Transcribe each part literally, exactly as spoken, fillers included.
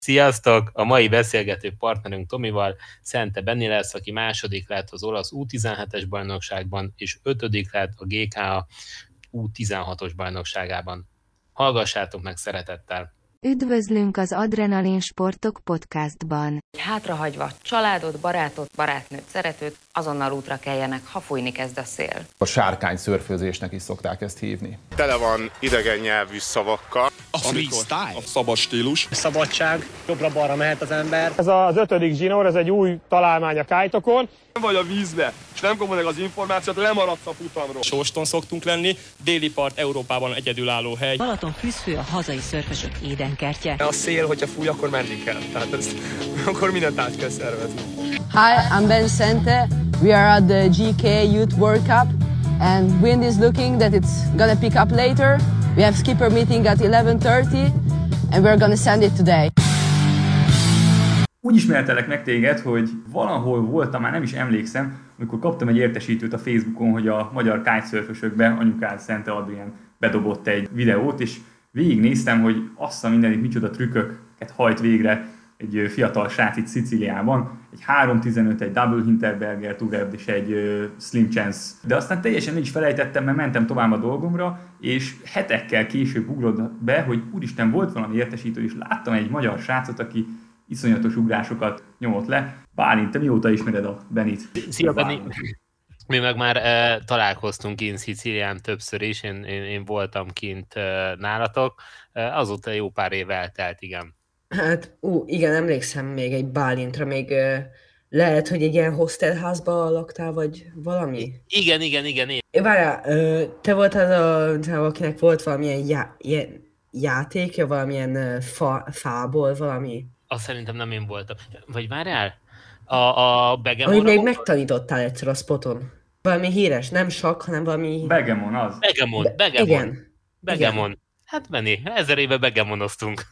Sziasztok! A mai beszélgető partnerünk Tomival Szente Benni lesz, aki második lett az olasz U tizenhetes bajnokságban, és ötödik lett a gé ká á U tizenhatos bajnokságában. Hallgassátok meg szeretettel! Üdvözlünk az Adrenalin Sportok podcastban. Hátrahagyva családot, barátot, barátnőt, szeretőt, azonnal útra keljenek, ha fújni kezd a szél. A sárkány szörfőzésnek is szokták ezt hívni. Tele van idegen nyelvű szavakkal. A freestyle, a szabad stílus. A szabadság, jobbra-balra mehet az ember. Ez az ötödik zsinór, ez egy új találmány a kite-okon. Nem vagy a vízbe, és nem kapod meg az információt, lemaradsz a futamról. Sóston szoktunk lenni, déli part Európában egyedülálló hely. Balaton fűzfő a hazai szörfösök édenkertje. A szél, hogyha fúj, akkor menni kell. Tehát ezt, akkor mindent át kell szervezni. Hi, I'm Ben Sente. We are at the gé ká Youth World Cup, and wind is looking that it's gonna pick up later. We have skipper meeting at eleven thirty, and we're gonna send it today. Úgy ismertelek meg téged, hogy valahol voltam, már nem is emlékszem, amikor kaptam egy értesítőt a Facebookon, hogy a magyar kitesurfösökbe anyukád Szente Adrián bedobott egy videót, és végignéztem, hogy assza mindenit, micsoda trükköket hajt végre egy fiatal srác itt Szicíliában. Egy három tizenöt, egy double Hinterberger Tugeb és egy uh, Slim Chance. De aztán teljesen így is felejtettem, mert mentem tovább a dolgomra, és hetekkel később ugrott be, hogy úristen, volt valami értesítő, és láttam egy magyar srácot, aki iszonyatos ugrásokat nyomott le. Bálint, te mióta ismered a Benit? Szia, Benni! Mi meg már e, találkoztunk kint Szicílián többször is, én, én, én voltam kint e, nálatok, e, azóta jó pár év eltelt, igen. Hát, ú, igen, emlékszem még egy Bálintra, még uh, lehet, hogy egy ilyen hostelházban laktál, vagy valami? Igen, igen, igen. Én. Várjál, uh, te voltál a, akinek volt valamilyen já, ilyen játékja, valamilyen uh, fa, fából, valami? Azt szerintem nem én voltam. Vagy várjál? A, a Begemon... Amit még megtanítottál egyszer a spoton. Valami híres, nem sakk, hanem valami... Begemon az. Begemon, Be- Begemon. Igen. Begemon. Igen. Hát Benni, ezer éve begemonoztunk.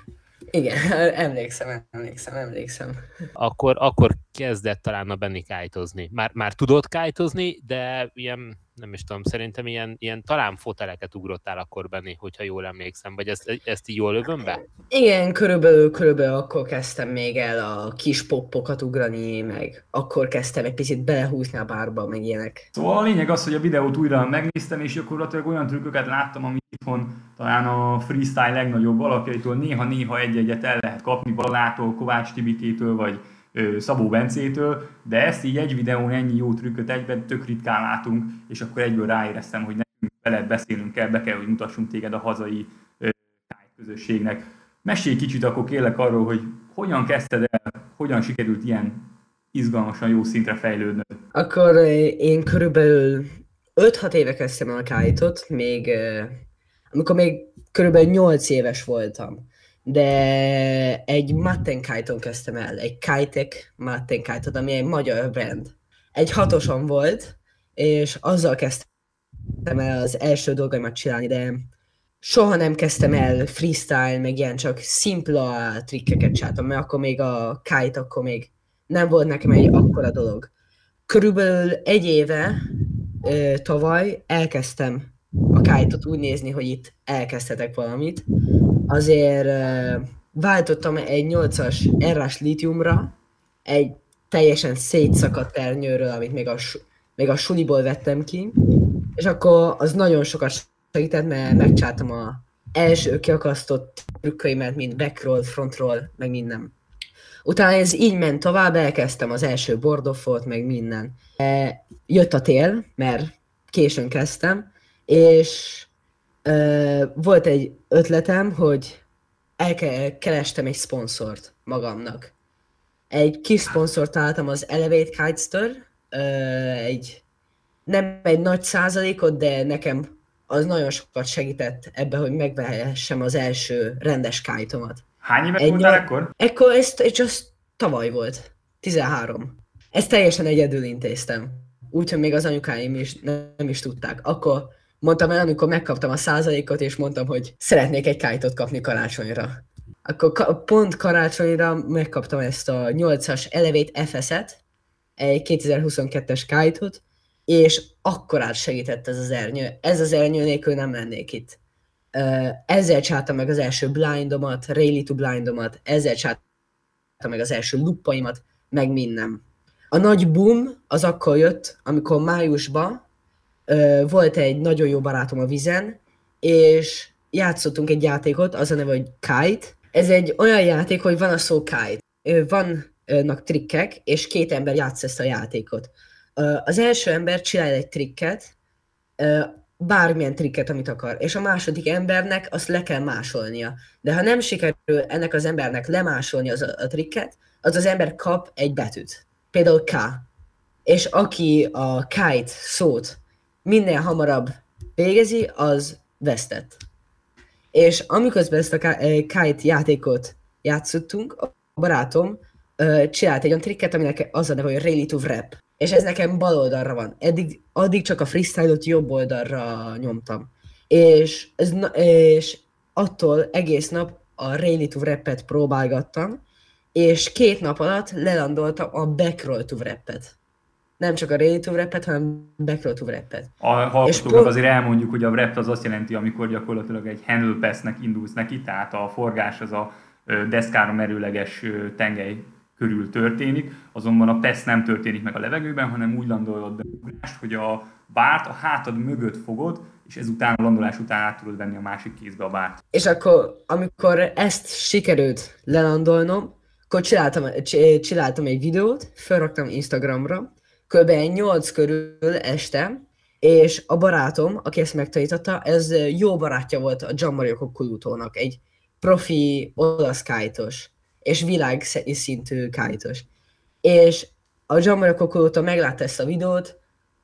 Igen, emlékszem, emlékszem, emlékszem. Akkor, akkor kezdett talán a Benni kájtozni. Már, már tudott kájtozni, de ilyen, nem is tudom, szerintem ilyen, ilyen talán foteleket ugrottál akkor, Benni, hogyha jól emlékszem, vagy ezt, ezt így jól lövöm be? Igen, körülbelül, körülbelül akkor kezdtem még el a kis poppokat ugrani, meg akkor kezdtem egy picit belehúzni a bárba, meg ilyenek. Szóval a lényeg az, hogy a videót újra megnéztem, és gyakorlatilag olyan trükköket láttam, amit itthon talán a freestyle legnagyobb alakjaitól néha-néha egy-egyet el lehet kapni, Balától, Kovács Tibikétől, vagy ö, Szabó Bencétől, de ezt így egy videón ennyi jó trükköt egyben tök ritkán látunk, és akkor egyből ráéreztem, hogy nekünk veled beszélnünk kell, be kell, hogy mutassunk téged a hazai ö, közösségnek. Mesélj kicsit akkor kérlek arról, hogy hogyan kezdted el, hogyan sikerült ilyen izgalmasan jó szintre fejlődnöd. Akkor én körülbelül öt-hat éve kezdtem el a kite-ot, még, amikor még körülbelül nyolc éves voltam. De egy Matten Kite-on kezdtem el, egy Kitek Matten Kite-ot, ami egy magyar brand. Egy hatoson volt, és azzal kezdtem el az első dolgaimat csinálni, de soha nem kezdtem el freestyle, meg ilyen csak szimpla trikkeket csináltam, mert akkor még a kite, akkor még nem volt nekem egy akkora dolog. Körülbelül egy éve, tavaly elkezdtem a kite-ot úgy nézni, hogy itt elkezdhetek valamit. Azért váltottam egy nyolcas errás litiumra, egy teljesen szétszakadt ernyőről, amit még a, még a suliból vettem ki, és akkor az nagyon sokat segített, mert megcsáltam az első kiakasztott trükköimet, mint backroll, frontroll, meg minden. Utána ez így ment tovább, elkezdtem az első board-offot, meg minden. Jött a tél, mert későn kezdtem, és uh, volt egy ötletem, hogy elkerestem egy szponzort magamnak. Egy kis szponzort találtam az Elevate Kitester, uh, egy, nem egy nagy százalékot, de nekem az nagyon sokat segített ebben, hogy megvehessem az első rendes kite-omat. Hány éves voltál ekkor? Ekkor ez, ez csak tavaly volt, tizenhárom. Ezt teljesen egyedül intéztem. Úgyhogy még az anyukáim is nem is tudták. Akkor mondtam el, amikor megkaptam a százalékot, és mondtam, hogy szeretnék egy kite-ot kapni karácsonyra. Akkor ka- pont karácsonyra megkaptam ezt a nyolcas Elevate ef es-et, egy kétezer-huszonkettes kite-ot, és akkorát segített ez az ernyő. Ez az ernyő nélkül nem lennék itt. ezzel csináltam meg az első blindomat, Rally to blindomat, ezzel csináltam meg az első luppaimat, meg minden. A nagy boom az akkor jött, amikor májusban uh, volt egy nagyon jó barátom a vízen, és játszottunk egy játékot, az a neve, hogy Kite. Ez egy olyan játék, hogy van a szó Kite. Vannak trikkek, és két ember játsz ezt a játékot. Uh, az első ember csinál egy trikket, uh, bármilyen trikket, amit akar, és a második embernek azt le kell másolnia. De ha nem sikerül ennek az embernek lemásolni az a, a trikket, az az ember kap egy betűt. Például K. És aki a Kite szót minél hamarabb végezi, az vesztett. És amikor ezt a Kite játékot játszottunk, a barátom uh, csinált egy olyan trikket, aminek az a neve, hogy Rally to Wrap. És ez nekem bal oldalra van. Eddig, addig csak a freestyle-ot jobb oldalra nyomtam. És, ez, és attól egész nap a Rally to Wrap-et próbálgattam, és két nap alatt lelandoltam a Backroll to Wrap-et. Nem csak a Rally to Wrap-et, hanem Backroll to Wrap-et. A hallgatóknak azért elmondjuk, hogy a wrap az azt jelenti, amikor gyakorlatilag egy handle pass-nek indulsz neki, tehát a forgás az a deszkára merőleges tengely körül történik, azonban a pass nem történik meg a levegőben, hanem úgy landolod be ugrást, hogy a bárt a hátad mögött fogod, és ezután a landolás után át tudod venni a másik kézbe a bárt. És akkor, amikor ezt sikerült lelandolnom, akkor csináltam, csináltam egy videót, felraktam Instagramra, kb. nyolc körül este, és a barátom, aki ezt megtanította, ez jó barátja volt a Gianmario Coccolutónak, egy profi olasz kite-os, és világszintű kite-os. És a Gianmario Coccolutó meglátta ezt a videót,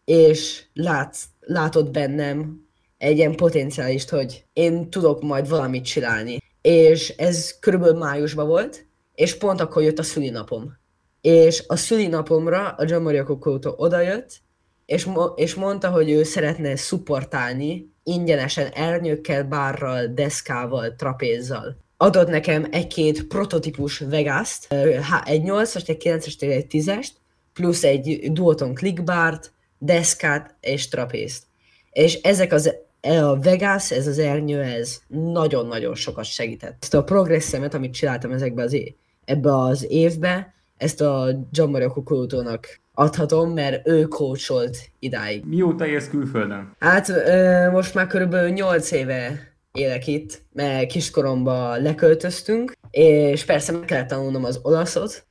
és lát, látott bennem egy ilyen potenciálist, hogy én tudok majd valamit csinálni. És ez körülbelül májusban volt, és pont akkor jött a szülinapom. És a szülinapomra a Gianmario Coccolutó odajött, és, mo- és mondta, hogy ő szeretne szupportálni ingyenesen ernyőkkel, bárral, deszkával, trapézzal. Adott nekem egy-két prototípus Vegas-t, egy nyolcast, egy kilencest, egy tízest, plusz egy Duotone clickbart, deszkát és trapézt. És ezek az a Vegas, ez az ernyő, ez nagyon-nagyon sokat segített. Ezt a progresszemet, amit csináltam ezekbe az é- ebbe az évbe, ezt a Gianmario Coccolutónak adhatom, mert ő coacholt idáig. Mióta élsz külföldön? Hát ö, most már körülbelül nyolc éve élek itt, mert kiskoromban leköltöztünk, és persze meg kellett tanulnom az olaszot,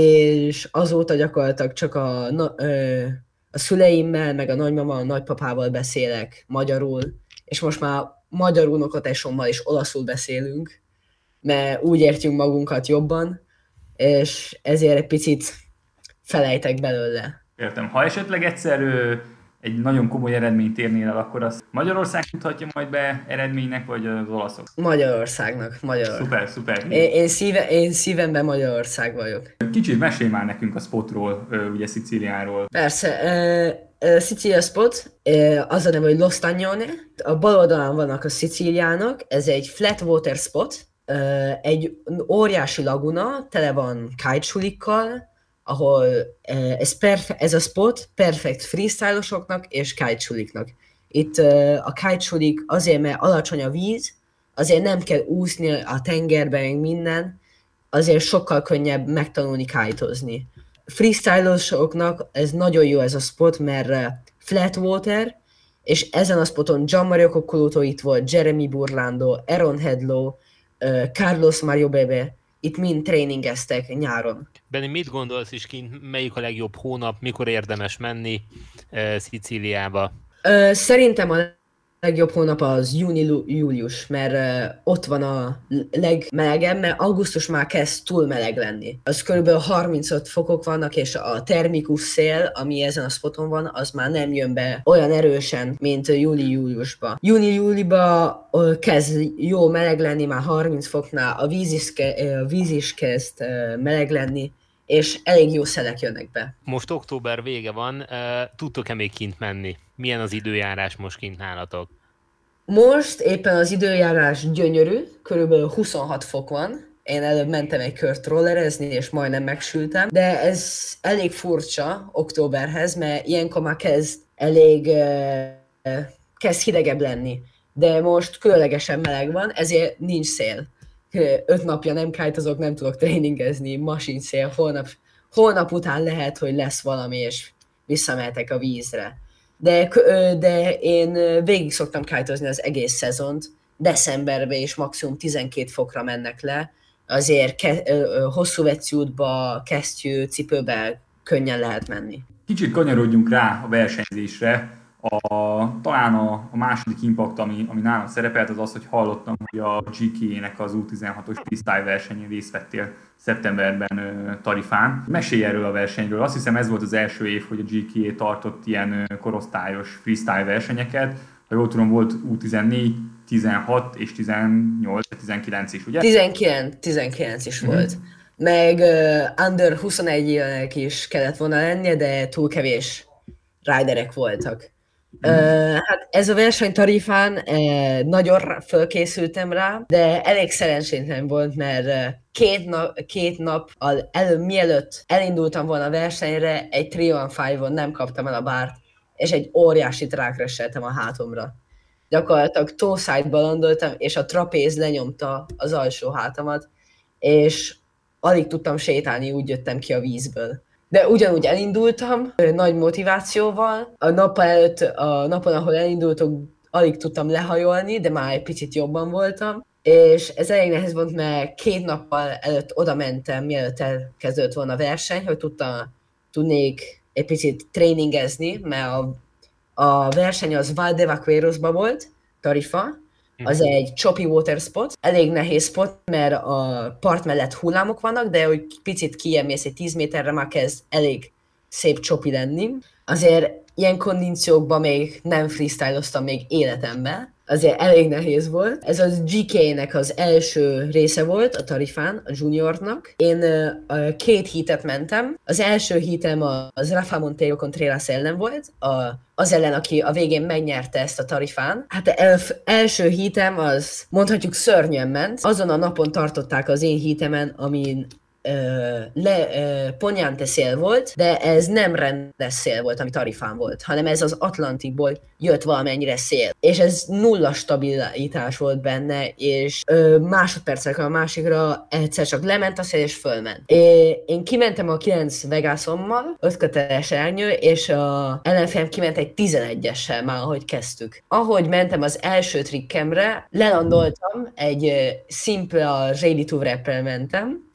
és azóta gyakorlatilag csak a, na, ö, a szüleimmel, meg a nagymama, a nagypapával beszélek magyarul, és most már magyar unokatesommal is olaszul beszélünk, mert úgy értjünk magunkat jobban, és ezért egy picit felejtek belőle. Értem. Ha esetleg egyszer ö, egy nagyon komoly eredményt érnél el, akkor azt Magyarország tudhatja majd be eredménynek, vagy az olaszok? Magyarországnak, Magyarország. Szuper, szuper. Én, én, szíve, én szívemben Magyarország vagyok. Kicsit mesélj már nekünk a spotról, ö, ugye Szicíliáról. Persze. Uh, Szicília spot, uh, az a neve, hogy Lo Stagnone. A bal oldalán vannak a Szicíliának, ez egy flat water spot, uh, egy óriási laguna, tele van kitesulikkal, ahol uh, ez, perfe- ez a spot perfekt freestyle-osoknak és kitesuliknak. Itt uh, a kitesulik azért, mert alacsony a víz, azért nem kell úszni a tengerben, meg minden, azért sokkal könnyebb megtanulni kite-ozni. Freestyle-osoknak ez nagyon jó ez a spot, mert flat water, és ezen a spoton Gianmario Coccoluto itt volt, Jeremy Burlando, Aaron Hedlow, uh, Carlos Mario Bebe, itt mind tréningeztek nyáron. Benni, mit gondolsz is kint, melyik a legjobb hónap, mikor érdemes menni uh, Szicíliába? Uh, szerintem a legjobb hónap az júni-július, mert uh, ott van a legmelegebb, mert augusztus már kezd túl meleg lenni. Az körülbelül harmincöt fokok vannak, és a termikus szél, ami ezen a spoton van, az már nem jön be olyan erősen, mint júli-júliusban. Júni-júliban uh, kezd jó meleg lenni, már harminc foknál, a víz is, ke- a víz is kezd uh, meleg lenni, és elég jó szelek jönnek be. Most október vége van, tudtok-e még kint menni? Milyen az időjárás most kint nálatok? Most éppen az időjárás gyönyörű, körülbelül huszonhat fok van. Én előbb mentem egy kört rollerezni, és majdnem megsültem. De ez elég furcsa októberhez, mert ilyenkor már kezd elég kezd hidegebb lenni. de most különlegesen meleg van, ezért nincs szél. Öt napja nem kite-ozok, nem tudok tréningezni, ma sincs szél, holnap, holnap után lehet, hogy lesz valami, és visszamehetek a vízre. De, de én végig szoktam kite-ozni az egész szezont, decemberben is maximum tizenkét fokra mennek le, azért ke- hosszú wetsuitba, kesztyű, cipőbe könnyen lehet menni. Kicsit kanyarodjunk rá a versenyzésre. A, talán a, a második impact, ami, ami nálam szerepelt, az az, hogy hallottam, hogy a gé ká-nek az U tizenhatos freestyle versenyén részt vettél szeptemberben ö, Tarifán. Mesélj erről a versenyről. Azt hiszem ez volt az első év, hogy a gé ká tartott ilyen ö, korosztályos freestyle versenyeket. Ha jól tudom, volt U tizennégy, tizenhat és tizennyolc, tizenkilenc is, ugye? tizenkilenc, tizenkilenc is mm-hmm. volt. Meg uh, under huszonegy is kellett volna lennie, de túl kevés riderek voltak. Mm. Uh, hát ez a verseny Tarifán uh, nagyon fölkészültem rá, de elég szerencsétlen volt, mert uh, két, na- két nap elő, mielőtt elindultam volna a versenyre, egy három öt-on nem kaptam el a bárt, és egy óriási rákresseltem a hátomra. Gyakorlatilag toe-side-ba landoltam, és a trapéz lenyomta az alsó hátamat, és alig tudtam sétálni, úgy jöttem ki a vízből. De ugyanúgy elindultam, nagy motivációval. A nap előtt, a napon, ahol elindultok, alig tudtam lehajolni, de már egy picit jobban voltam. És ez elég nehéz volt, mert két nappal előtt oda mentem, mielőtt elkezdődött volna a verseny, hogy tudtam, tudnék egy picit tréningezni, mert a, a verseny az Val de Vaquerosba volt, Tarifa. Az egy choppy water spot, elég nehéz spot, mert a part mellett hullámok vannak, de hogy picit kijebb mész egy tíz méterre, már kezd elég szép choppy lenni. Azért ilyen kondíciókban még nem freestyloztam még életemben, azért elég nehéz volt. Ez az gé ká-nek az első része volt a Tarifán, a juniornak. Én uh, két heatet mentem. Az első heatem az Rafa Monteiro Contreras ellen volt, a, az ellen, aki a végén megnyerte ezt a Tarifán. Hát el, első heatem az mondhatjuk szörnyen ment. Azon a napon tartották az én heatemen, amin Uh, le, uh, Ponyante szél volt, de ez nem rendes szél volt, ami Tarifán volt, hanem ez az Atlantikból jött valamennyire szél. És ez nulla stabilitás volt benne, és uh, másodpercekre a másikra egyszer csak lement a szél és fölment. É, én kimentem a kilenc Vegasommal, öt köteles ernyő, és a ellenfélem kiment egy tizenegyessel már, ahogy kezdtük. Ahogy mentem az első trikkemre, lelandoltam, egy uh, szimpla ready to wrap-rel mentem,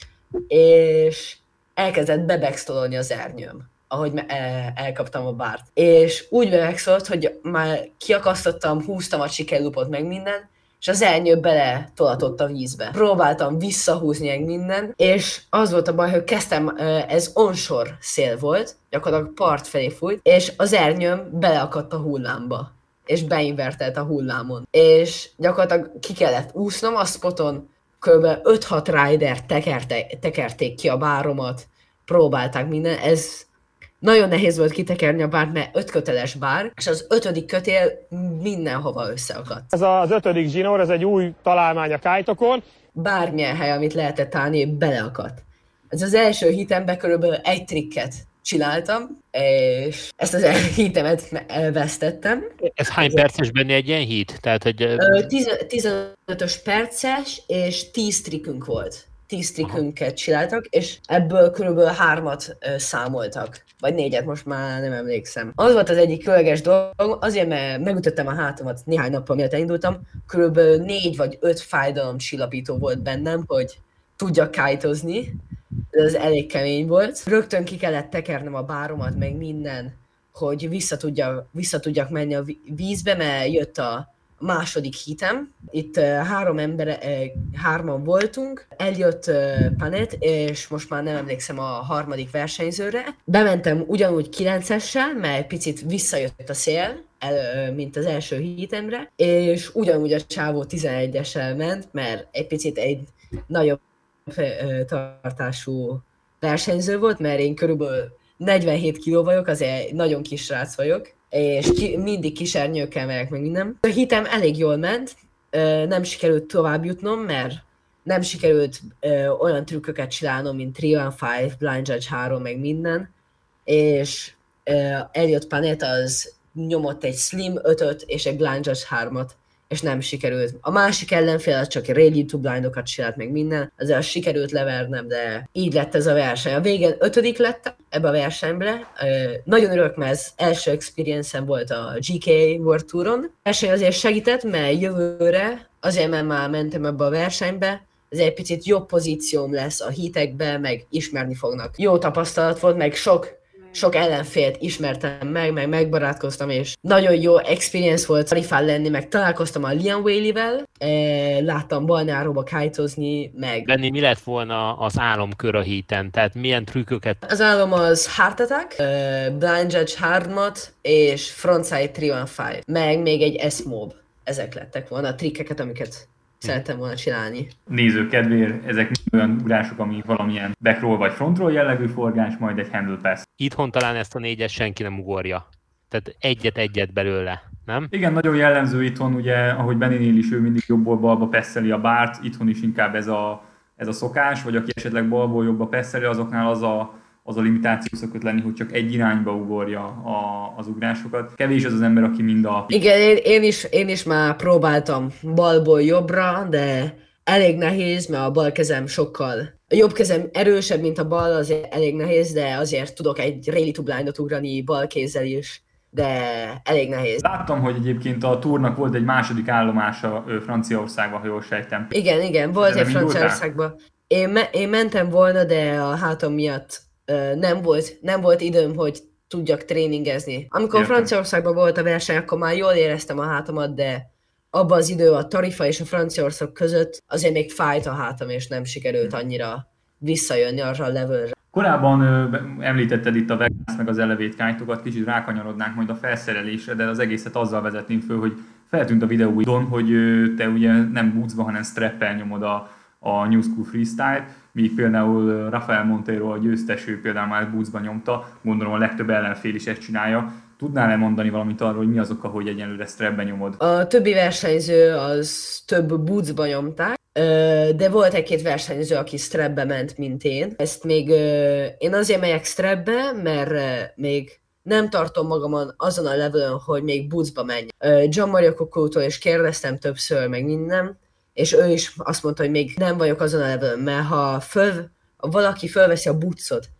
és elkezdett bebackstololni az ernyőm, ahogy elkaptam a bárt. És úgy bebackstolt, hogy már kiakasztottam, húztam a chicken loopot meg minden, és az ernyő bele tolatott a vízbe. Próbáltam visszahúzni meg minden, és az volt a baj, hogy kezdtem, ez onshore szél volt, gyakorlatilag part felé fújt, és az ernyőm beleakadt a hullámba, és beinvertelt a hullámon. És gyakorlatilag ki kellett úsznom a spoton, kb. öt-hat rider tekerte, tekerték ki a báromat, próbálták minden, ez nagyon nehéz volt kitekerni a bárt, mert öt köteles bár, és az ötödik kötél mindenhova összeakadt. Ez az ötödik zsinór, ez egy új találmány a kite-okon. Bármilyen hely, amit lehetett állni, beleakadt. Ez az első hitemben körülbelül egy trikket csináltam, és ezt az hitemet elvesztettem. Ez hány perces benne egy ilyen hit? Tehát, hogy... tizenötös perces, és tíz trikkünk volt. tíz trikkünket csináltak, és ebből körülbelül hármat számoltak. Vagy négyet, most már nem emlékszem. Az volt az egyik különleges dolog, azért, mert megütöttem a hátamat néhány nappal, miatt elindultam, körülbelül négy vagy öt fájdalomcsillapító volt bennem, hogy tudjak kite-ozni. Ez elég kemény volt. Rögtön ki kellett tekernem a báromat, meg minden, hogy vissza, tudja, vissza tudjak menni a vízbe, mert jött a második hitem. Itt uh, három ember, uh, hárman voltunk. Eljött uh, Panet, és most már nem emlékszem a harmadik versenyzőre. Bementem ugyanúgy kilencessel, mert picit visszajött a szél, el, mint az első hitemre, és ugyanúgy a csávó tizenegyessel ment, mert egy picit egy nagyobb tartású versenyző volt, mert én körülbelül negyvenhét kiló vagyok, azért nagyon kis srác vagyok, és ki, mindig kisernyőkkel megyek meg minden. A hitem elég jól ment, nem sikerült tovább jutnom, mert nem sikerült olyan trükköket csinálnom, mint három öt, Blind Judge három, meg minden, és eljött Panet, az nyomott egy Slim ötöt és egy Blind Judge hármat, és nem sikerült. A másik ellenfél az csak Rally to Blindokat csinált meg minden, azért sikerült levernem, de így lett ez a verseny. A végén ötödik lettem ebbe a versenybe. Nagyon örülök, mert ez első experience-em volt a gé ká World Touron. A verseny azért segített, mert jövőre, azért mert már mentem ebbe a versenybe, ez egy picit jobb pozícióm lesz a hitekbe, meg ismerni fognak. Jó tapasztalat volt, meg sok sok ellenfélt ismertem meg, meg megbarátkoztam, és nagyon jó experience volt Szarifán lenni, meg találkoztam a Liam Whaley-vel, e, láttam Balneáróba kite-ozni, meg... Benni, mi lett volna az álomkör a heaten? Tehát milyen trükköket? Az álom az Heart Attack, uh, Blind Judge hármat és Frontside három öt, meg még egy S-mob. Ezek lettek volna a trikkeket, amiket szerettem volna csinálni. Nézők kedvéért, ezek olyan ugrások, ami valamilyen backroll vagy frontról jellegű forgás, majd egy handle pass. Itthon talán ezt a négyes senki nem ugorja. Tehát egyet-egyet belőle, nem? Igen, nagyon jellemző itthon, ugye, ahogy Benninél is, ő mindig jobbból balba passzeli a bárt, itthon is inkább ez a, ez a szokás, vagy aki esetleg balból jobbba passzeli, azoknál az a az a limitáció szokott lenni, hogy csak egy irányba ugorja a, az ugrásokat. Kevés az az ember, aki mind a... Igen, én, én, is, én is már próbáltam balból jobbra, de elég nehéz, mert a bal kezem sokkal... A jobb kezem erősebb, mint a bal, azért elég nehéz, de azért tudok egy Rally to Blindot ugrani bal kézzel is, de elég nehéz. Láttam, hogy egyébként a túrnak volt egy második állomása Franciaországban, ha jól sejtem. Igen, igen, volt egy Franciaországban. Én, me- én mentem volna, de a hátam miatt Nem volt, nem volt időm, hogy tudjak tréningezni. Amikor Értem. Franciaországban volt a verseny, akkor már jól éreztem a hátamat, de abban az idő a Tarifa és a Franciaország között azért még fájt a hátam, és nem sikerült annyira visszajönni arra a levelre. Korábban ö, említetted itt a Vegas meg az Elevate kite-okat, kicsit rákanyarodnánk majd a felszerelésre, de az egészet azzal vezetném föl, hogy feltűnt a videóidon, hogy ö, te ugye nem bootsba, hanem strappel nyomod a, a New School Freestyle-t, míg például Rafael Montero, a győztes, ő például már bootsba nyomta, gondolom a legtöbb ellenfél is ezt csinálja. Tudnál-e mondani valamit arról, hogy mi az oka, hogy egyenlőre strapben nyomod? A többi versenyző az több bootsba nyomták, de volt egy-két versenyző, aki strapbe ment, mint én. Ezt még én azért megyek strapbe, mert még nem tartom magamon azon a levelön, hogy még bootsba menjek. John Mario Kokótól is kérdeztem többször, meg minden, és ő is azt mondta, hogy még nem vagyok azon a levelön, mert ha, föl, ha valaki fölveszi a bootsot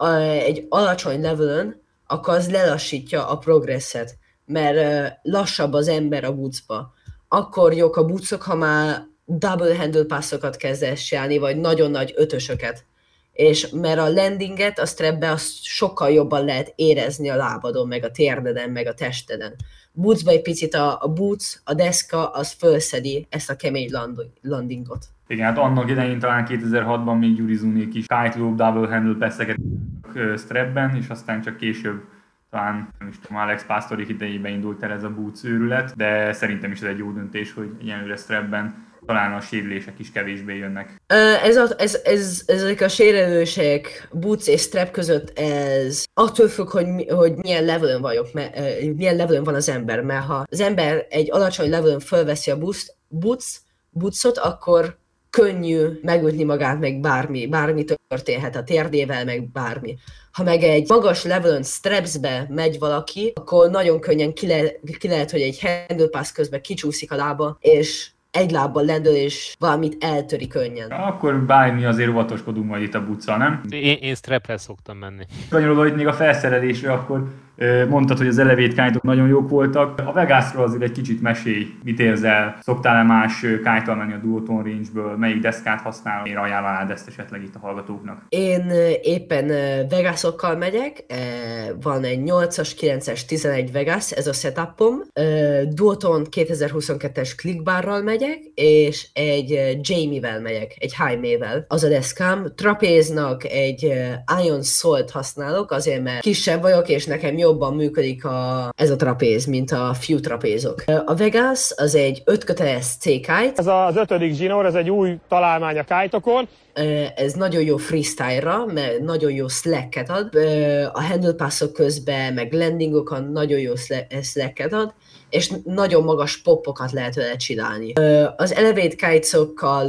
egy alacsony levelön, akkor az lelassítja a progresszet, mert lassabb az ember a bootsba. Akkor jók a bootsok, ha már double handle passokat kezdesz csinálni, vagy nagyon nagy ötösöket. És mert a landinget, a strapbe azt sokkal jobban lehet érezni a lábadon, meg a térdeden, meg a testeden. Bootsba egy picit a, a boots, a deszka, az fölszedi ezt a kemény land, landingot. Igen, hát annak idején talán kétezer-hatban még Yuri Zunék is kite loop, double handle passzeket strapben, és aztán csak később talán, nem is tudom, Alex Pásztorik idejében indult el ez a boots őrület, de szerintem is ez egy jó döntés, hogy egyenlőre strapben talán a sérülések is kevésbé jönnek. Ez a, ez, ez, ezek a sérülések boots és strap között, ez attól függ, hogy, hogy milyen levelön vagyok, mert, milyen levelön van az ember, mert ha az ember egy alacsony levelön fölveszi a boots, boots, bootsot, akkor könnyű megütni magát, meg bármi, bármi történhet a térdével, meg bármi. Ha meg egy magas levelön strapsbe megy valaki, akkor nagyon könnyen ki, le, ki lehet, hogy egy handle pass közben kicsúszik a lába, és egy lábbal lendül, és valamit eltöri könnyen. Akkor bármi azért óvatoskodunk majd itt a butca, nem? Én, én strapre szoktam menni. Kanyarodva itt még a felszerelésre, akkor mondtad, hogy az Elevate kite-ok nagyon jók voltak. A Vegasról azért egy kicsit mesélj, mit érzel? Szoktál-e más kite-tal menni a Duotone Range-ből? Melyik deszkát használod? Én ajánlanád ezt esetleg itt a hallgatóknak? Én éppen Vegasokkal megyek. Van egy nyolcas, kilences, tizenegy Vegas, ez a setupom. Duotone kétezer-huszonkettes clickbarral megyek, és egy Jamie-vel megyek, egy Jaime-vel. Az a deszkám. Trapéznak egy Ion Salt használok, azért mert kisebb vagyok, és nekem jobban működik a, ez a trapéz, mint a few trapézok. A Vegas az egy ötköteles C-kite. Ez az ötödik zsinór, ez egy új találmány a kite-okon. Ez nagyon jó freestyle-ra, mert nagyon jó slacket ad. A handle passzok közben, meg landingokon nagyon jó slacket ad, és nagyon magas popokat lehet vele csinálni. Az Elevate kitesokkal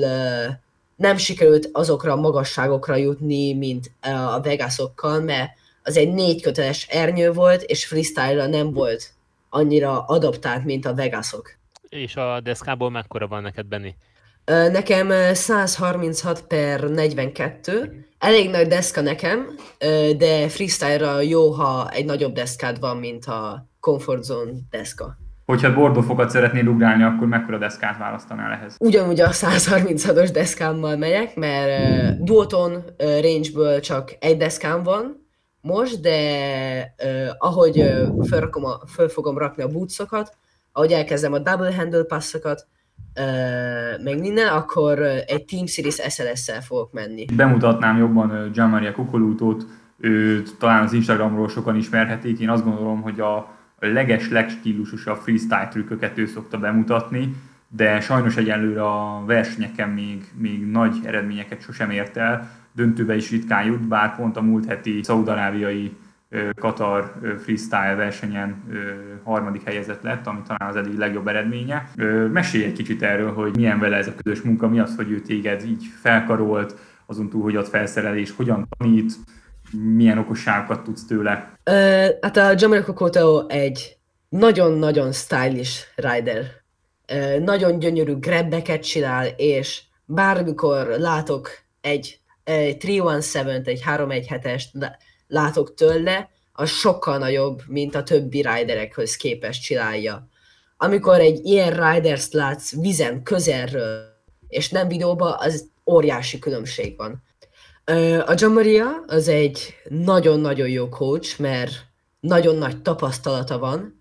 nem sikerült azokra a magasságokra jutni, mint a Vegasokkal, mert az egy négy köteles ernyő volt, és freestyle-ra nem volt annyira adaptált, mint a Vegasok. És a deszkából mekkora van neked, Benni? Nekem száz harminchat per negyvenkettő, elég nagy deszka nekem, de freestyle-ra jó, ha egy nagyobb deszkád van, mint a comfort zone deszka. Hogyha bordófokat szeretnél ugrálni, akkor mekkora deszkát választanál ehhez? Ugyanúgy a száz harminchatos deszkámmal megyek, mert duoton range-ből csak egy deszkám van most, de ahogy föl, a, föl fogom rakni a bootsokat, ahogy elkezdem a double handle passokat, Uh, meg minden, akkor egy Team Series es el es-szel fogok menni. Bemutatnám jobban Gianmaria Cucolutót, őt talán az Instagramról sokan ismerhetik. Én azt gondolom, hogy a leges, legstílusosabb freestyle trükköket ő szokta bemutatni, de sajnos egyelőre a versenyeken még, még nagy eredményeket sosem ért el. Döntőbe is ritkán jut, bár pont a múlt heti szaúd-arábiai Katar freestyle versenyen harmadik helyezett lett, ami talán az eddig legjobb eredménye. Mesélj egy kicsit erről, hogy milyen vele ez a közös munka, mi az, hogy ő téged így felkarolt, azon túl, hogy ad felszerelés, hogyan tanít, milyen okosságokat tudsz tőle? Uh, hát a Gianmaria Cucoluto egy nagyon-nagyon stylish rider. Uh, nagyon gyönyörű grabbeket csinál, és bármikor látok egy, egy háromszáztizenhét, egy háromszáztizenhetest, látok tőle, az sokkal nagyobb, mint a többi riderekhez képest csinálja. Amikor egy ilyen riders látsz vizen közelről, és nem videóban, az óriási különbség van. A Gianmaria az egy nagyon-nagyon jó coach, mert nagyon nagy tapasztalata van.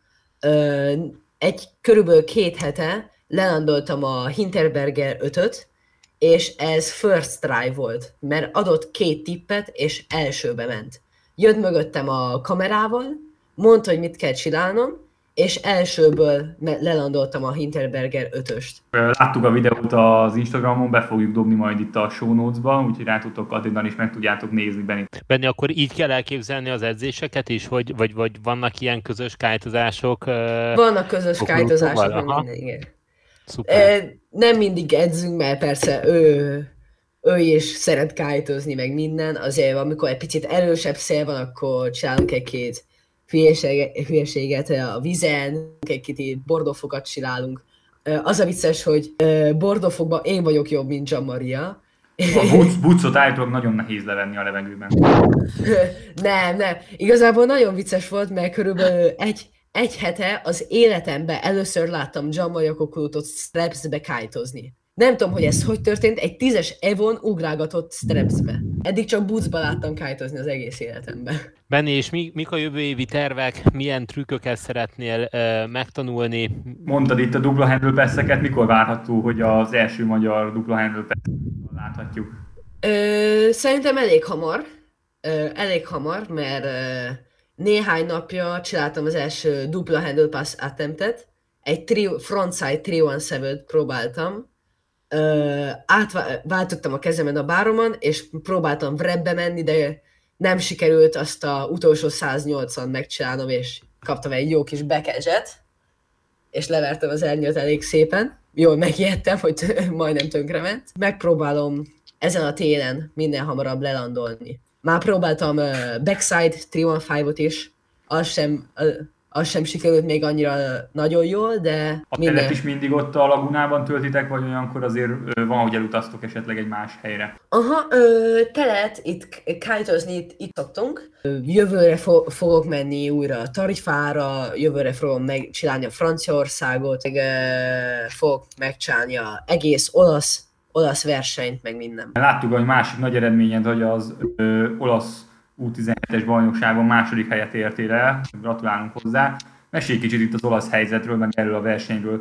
Egy körülbelül két hete lelandoltam a Hinterberger ötöt, és ez first try volt, mert adott két tippet, és elsőbe ment. Jött mögöttem a kamerával, mondta, hogy mit kell csinálnom, és elsőből lelandoltam a Hinterberger ötöst. Láttuk a videót az Instagramon, be fogjuk dobni majd itt a show notes-ba, úgyhogy rá tudtok kattintani, és meg tudjátok nézni, Benni. Benni, akkor így kell elképzelni az edzéseket is, hogy, vagy, vagy vannak ilyen közös kájtozások? Vannak közös kájtozások, minden, igen. Szuper. Nem mindig edzünk, mert persze ő... ő is szeret kájtozni, meg minden, azért amikor egy picit erősebb szél van, akkor csinálunk egy-két hülyeséget, hülyeséget a vizen, egy-két bordófokat csinálunk. Az a vicces, hogy bordófokban én vagyok jobb, mint Gianmaria. A bucot állítólag nagyon nehéz levenni a levegőben. nem, nem. Igazából nagyon vicces volt, mert körülbelül egy, egy hete az életemben először láttam Gianmaria Cucolutót strapsbe kájtozni. Nem tudom, hogy ez hogy történt, egy tízes Evon ugrálgatott strapsbe. Eddig csak bootsba láttam kite-ozni az egész életemben. Benni, és mi, mik a jövő évi tervek? Milyen trükköket szeretnél uh, megtanulni? Mondtad itt a dupla handle pass-eket, mikor várható, hogy az első magyar dupla handle pass láthatjuk? Ö, szerintem elég hamar. Ö, elég hamar, mert ö, néhány napja csináltam az első dupla handle pass attemptet. Egy tri- frontside háromszáztizenhét próbáltam. Uh, átváltottam a kezemen a báromon, és próbáltam wrapbe menni, de nem sikerült azt a utolsó száznyolcvan megcsinálnom, és kaptam egy jó kis backedge-et, és levertem az ernyőt elég szépen. Jól megijedtem, hogy majdnem tönkrement. Megpróbálom ezen a télen minél hamarabb lelandolni. Már próbáltam uh, backside háromszáztizenötöt is, az sem... Uh, az sem sikerült még annyira nagyon jól, de... A telet is mindig ott a lagunában töltitek, vagy olyankor azért van, hogy elutaztok esetleg egy más helyre? Aha, ö, telet itt kite-ozni itt, itt szoktunk. Jövőre fo- fogok menni újra Tarifára, jövőre fogom megcsinálni a Franciaországot, meg ö, fogok megcsinálni az egész olasz, olasz versenyt, meg minden. Láttuk, hogy másik nagy eredményed, hogy az ö, olasz U tizenhetes bajnokságon második helyet értél el, gratulálunk hozzá. Mesélj kicsit itt az olasz helyzetről, meg erről a versenyről.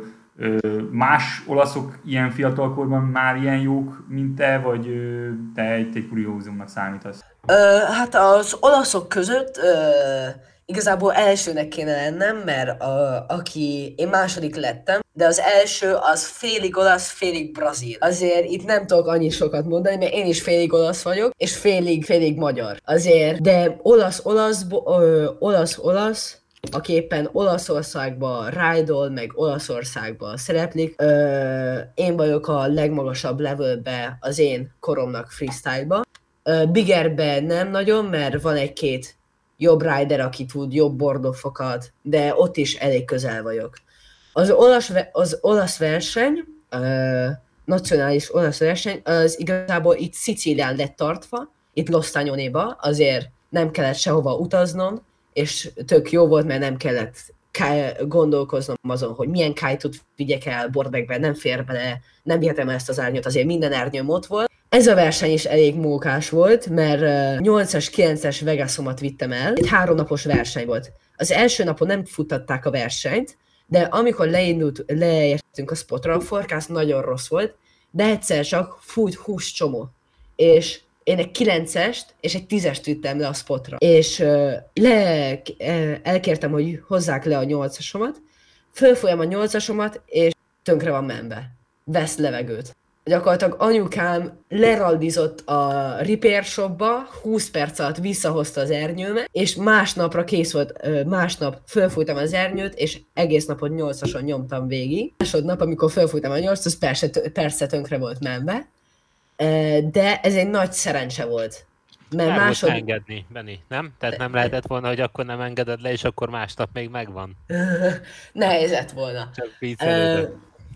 Más olaszok ilyen fiatalkorban már ilyen jók, mint te, vagy te egy, egy kuriózumnak számítasz? Ö, hát az olaszok között ö, igazából elsőnek kéne lennem, mert a, aki, én második lettem, de az első az félig olasz, félig brazil. Azért itt nem tudok annyi sokat mondani, mert én is félig olasz vagyok, és félig, félig magyar. Azért, de olasz-olasz, olasz-olasz, aki éppen Olaszországban ride-ol, meg Olaszországban szereplik. Ö, én vagyok a legmagasabb levelbe az én koromnak freestyle-ba. Ö, Biggerben nem nagyon, mert van egy-két jobb rider, aki tud jobb bordófokat, de ott is elég közel vagyok. Az olasz, az olasz verseny, uh, nacionális olasz verseny, az igazából itt Szicílián lett tartva, itt Lostagnónéba, azért nem kellett sehova utaznom, és tök jó volt, mert nem kellett ká- gondolkoznom azon, hogy milyen kite-ot vigyek el Bordekbe, nem fér bele, nem vihetem ezt az árnyot, azért minden árnyom ott volt. Ez a verseny is elég mókás volt, mert nyolcas, kilences Vegasomat vittem el, egy háromnapos verseny volt. Az első napon nem futtatták a versenyt, de amikor leindult, leértünk a spotra, a forecast nagyon rossz volt, de egyszer csak fújt húsz csomó. És én egy kilencest és egy tízest vittem le a spotra. És uh, le, elkértem, hogy hozzák le a nyolcasomat, fölfolyam a nyolcasomat, és tönkre van menve. Vesz levegőt. Gyakorlatilag anyukám leraldizott a repair shopba, húsz perc alatt visszahozta az ernyőmet, és másnapra kész volt, másnap fölfújtam az ernyőt, és egész napot nyolcason nyomtam végig. Másodnap, amikor fölfújtam a nyolcast, az persze, persze tönkre volt menve, de ez egy nagy szerencse volt. Mert Már másod... volt engedni, Benni, nem? Tehát nem lehetett volna, hogy akkor nem engeded le, és akkor másnap még megvan. Nehéz lett volna. Csak viccelődök.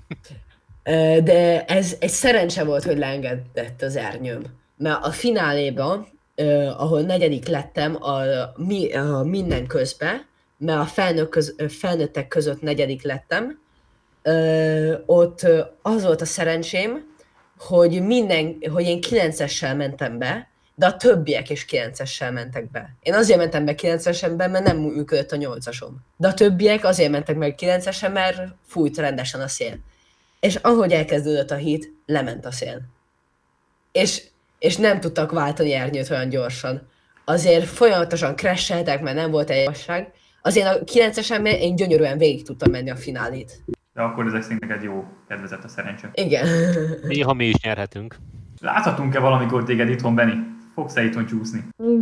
De ez egy szerencse volt, hogy leengedett az ernyőm. Mert a fináléban, ahol negyedik lettem a, a minden közben, mert a felnőtt köz, felnőttek között negyedik lettem, ott az volt a szerencsém, hogy, minden, hogy én kilencessel mentem be, de a többiek is kilencessel mentek be. Én azért mentem be kilencesen be, mert nem működött a nyolcasom. De a többiek azért mentek meg kilencesen, mert fújt rendesen a szél. És ahogy elkezdődött a hit, lement a szél. És, és nem tudtak váltani ernyőt olyan gyorsan. Azért folyamatosan crasheltek, mert nem volt egyesság. Azért a kilencesen én gyönyörűen végig tudtam menni a finálét. De akkor ezek szerint neked jó kedvezett a szerencse. Igen. Néha mi is nyerhetünk. Láthatunk-e valamikor téged itthon, Benni? Fogsz-e itthon csúszni?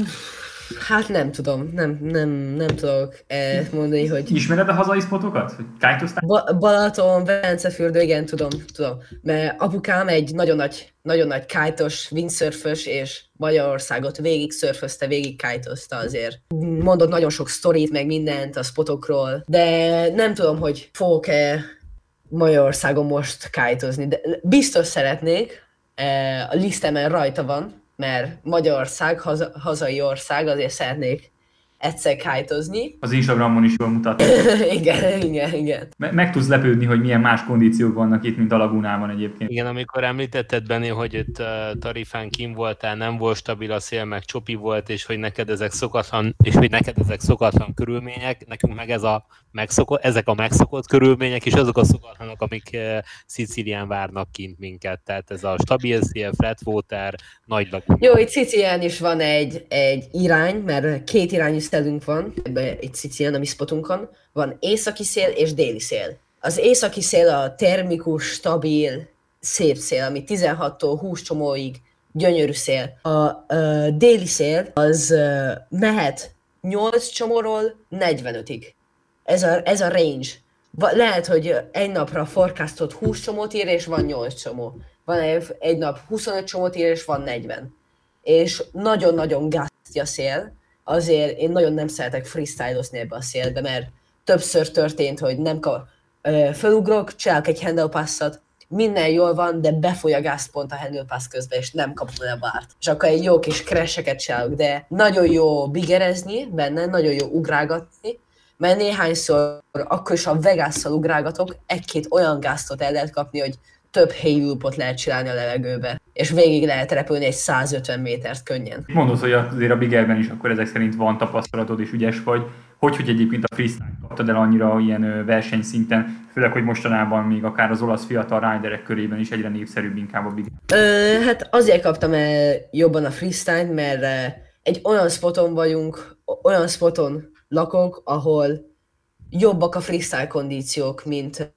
Hát nem tudom, nem, nem, nem tudok eh, mondani, hogy... Ismered a hazai spotokat? Hogy kite-oztál? Ba- Balaton, Velencefürde, igen, tudom, tudom. Mert apukám egy nagyon nagy, nagyon nagy kite-os, windsurfös, és Magyarországot végig szörfözte, végig kite-ozta azért. Mondott nagyon sok sztorit, meg mindent a spotokról, de nem tudom, hogy fogok-e Magyarországon most kite-ozni, de biztos szeretnék, eh, a lisztemen rajta van, mert Magyarország, haza, hazai ország, azért szeretnék egyszer kite-ozni. Az Instagramon is jól mutatja. igen, igen, igen. Me- meg tudsz lepődni, hogy milyen más kondíciók vannak itt, mint a Lagunában egyébként. Igen, amikor említetted, Benni, hogy itt uh, Tarifán kim voltál, nem volt stabil a szél, meg csopi volt, és hogy neked ezek szokatlan, és hogy neked ezek szokatlan körülmények, nekünk meg ez a megszokott, ezek a megszokott körülmények, és azok a szokatlanok, amik uh, Szicílián várnak kint minket. Tehát ez a stabil szél, flat water, nagy Laguna. Jó, itt Szicílián is van egy, egy irány, mert két irányú szélünk van, ebben itt Szicílián, a mi spotunkon. Van északi szél és déli szél. Az északi szél a termikus, stabil, szép szél, ami tizenhattól húsz csomóig gyönyörű szél. A, a déli szél az uh, mehet nyolc csomóról negyvenötig. Ez a, ez a range. Lehet, hogy egy napra a forecastot húsz csomót ír, és van nyolc csomó. Van egy, egy nap huszonöt csomót ír, és van negyven. És nagyon-nagyon gázti a szél. Azért én nagyon nem szeretek freestylozni ebbe a szélbe, mert többször történt, hogy nem ka- felugrok, csinálok egy handle passzot, minden jól van, de befoly a gáz pont a handle pass közben, és nem kapom le a bárt. És akkor egy jó kis crasheket csinálok, de nagyon jó bigerezni benne, nagyon jó ugrálgatni, mert néhányszor akkor is a Vegasszal ugrálgatok, egy-két olyan gáztot el lehet kapni, hogy több hayloopot lehet csinálni a levegőbe, és végig lehet repülni egy százötven métert könnyen. Mondod, hogy azért a bigerben is akkor ezek szerint van tapasztalatod és ügyes vagy. Hogy, hogy egyébként a freestyle kaptad el annyira ilyen versenyszinten, főleg, hogy mostanában még akár az olasz fiatal riderek körében is egyre népszerűbb inkább a biger. Ö, hát azért kaptam el jobban a freestyle-t, mert egy olyan spoton vagyunk, olyan spoton lakok, ahol jobbak a freestyle kondíciók, mint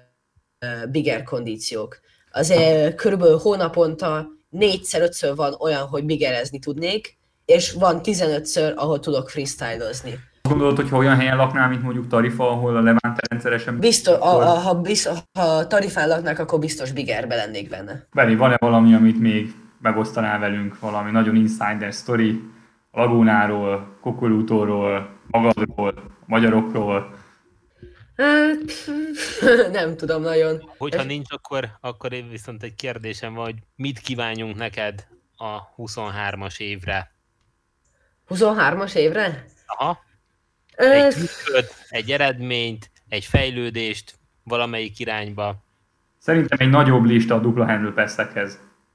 bigger kondíciók. Azért körülbelül hónaponta négyszer-ötször van olyan, hogy bigerezni tudnék, és van tizenötször, ahol tudok freestylozni. Gondolod, hogy ha olyan helyen laknál, mint mondjuk Tarifa, ahol a Levante rendszeresen... Biztos, a, a, ha, biztos, ha Tarifán laknák, akkor biztos bigerbe lennék benne. Benni, van-e valami, amit még megosztanál velünk? Valami nagyon insider story a Lagunáról, Kokolútóról, magadról, magyarokról? Nem tudom nagyon. Hogyha nincs, akkor, akkor én viszont egy kérdésem van, hogy mit kívánjunk neked a huszonhármas évre? huszonhármas évre? Aha. Egy trükköt, egy eredményt, egy fejlődést valamelyik irányba. Szerintem egy nagyobb lista a dupla handle pass-ekhez.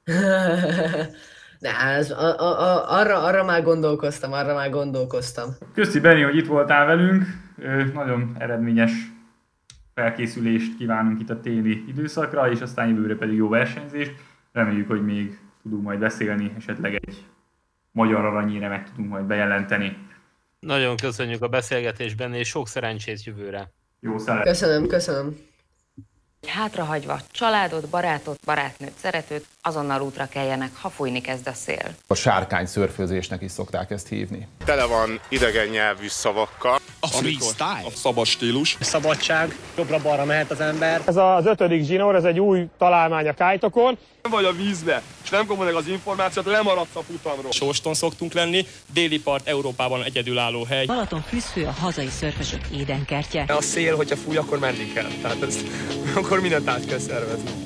Ne, ez, a, a, a, arra, arra már gondolkoztam, arra már gondolkoztam. Köszi Benni, hogy itt voltál velünk. Nagyon eredményes felkészülést kívánunk itt a téli időszakra, és aztán jövőre pedig jó versenyzést. Reméljük, hogy még tudunk majd beszélni, esetleg egy magyar aranyéremet tudunk majd bejelenteni. Nagyon köszönjük a beszélgetésben, és sok szerencsét jövőre. Jó szeret. Köszönöm, köszönöm. Hátrahagyva családot, barátot, barátnőt, szeretőt, azonnal útra keljenek, ha fújni kezd a szél. A sárkány szörfőzésnek is szokták ezt hívni. Tele van idegen nyelvű szavakkal. A freestyle, a szabad stílus. Szabadság, jobbra-balra mehet az ember. Ez az ötödik zsinór, ez egy új találmány a kite-okon. Vagy a vízbe, és nem kapod meg az információt, lemaradsz a futamról. Sóston szoktunk lenni, déli part Európában egyedülálló hely. Balaton füszfő a hazai szörfösök édenkertje. A szél, hogyha fúj, akkor menni kell. Tehát ezt, akkor mindent át kell szervezni.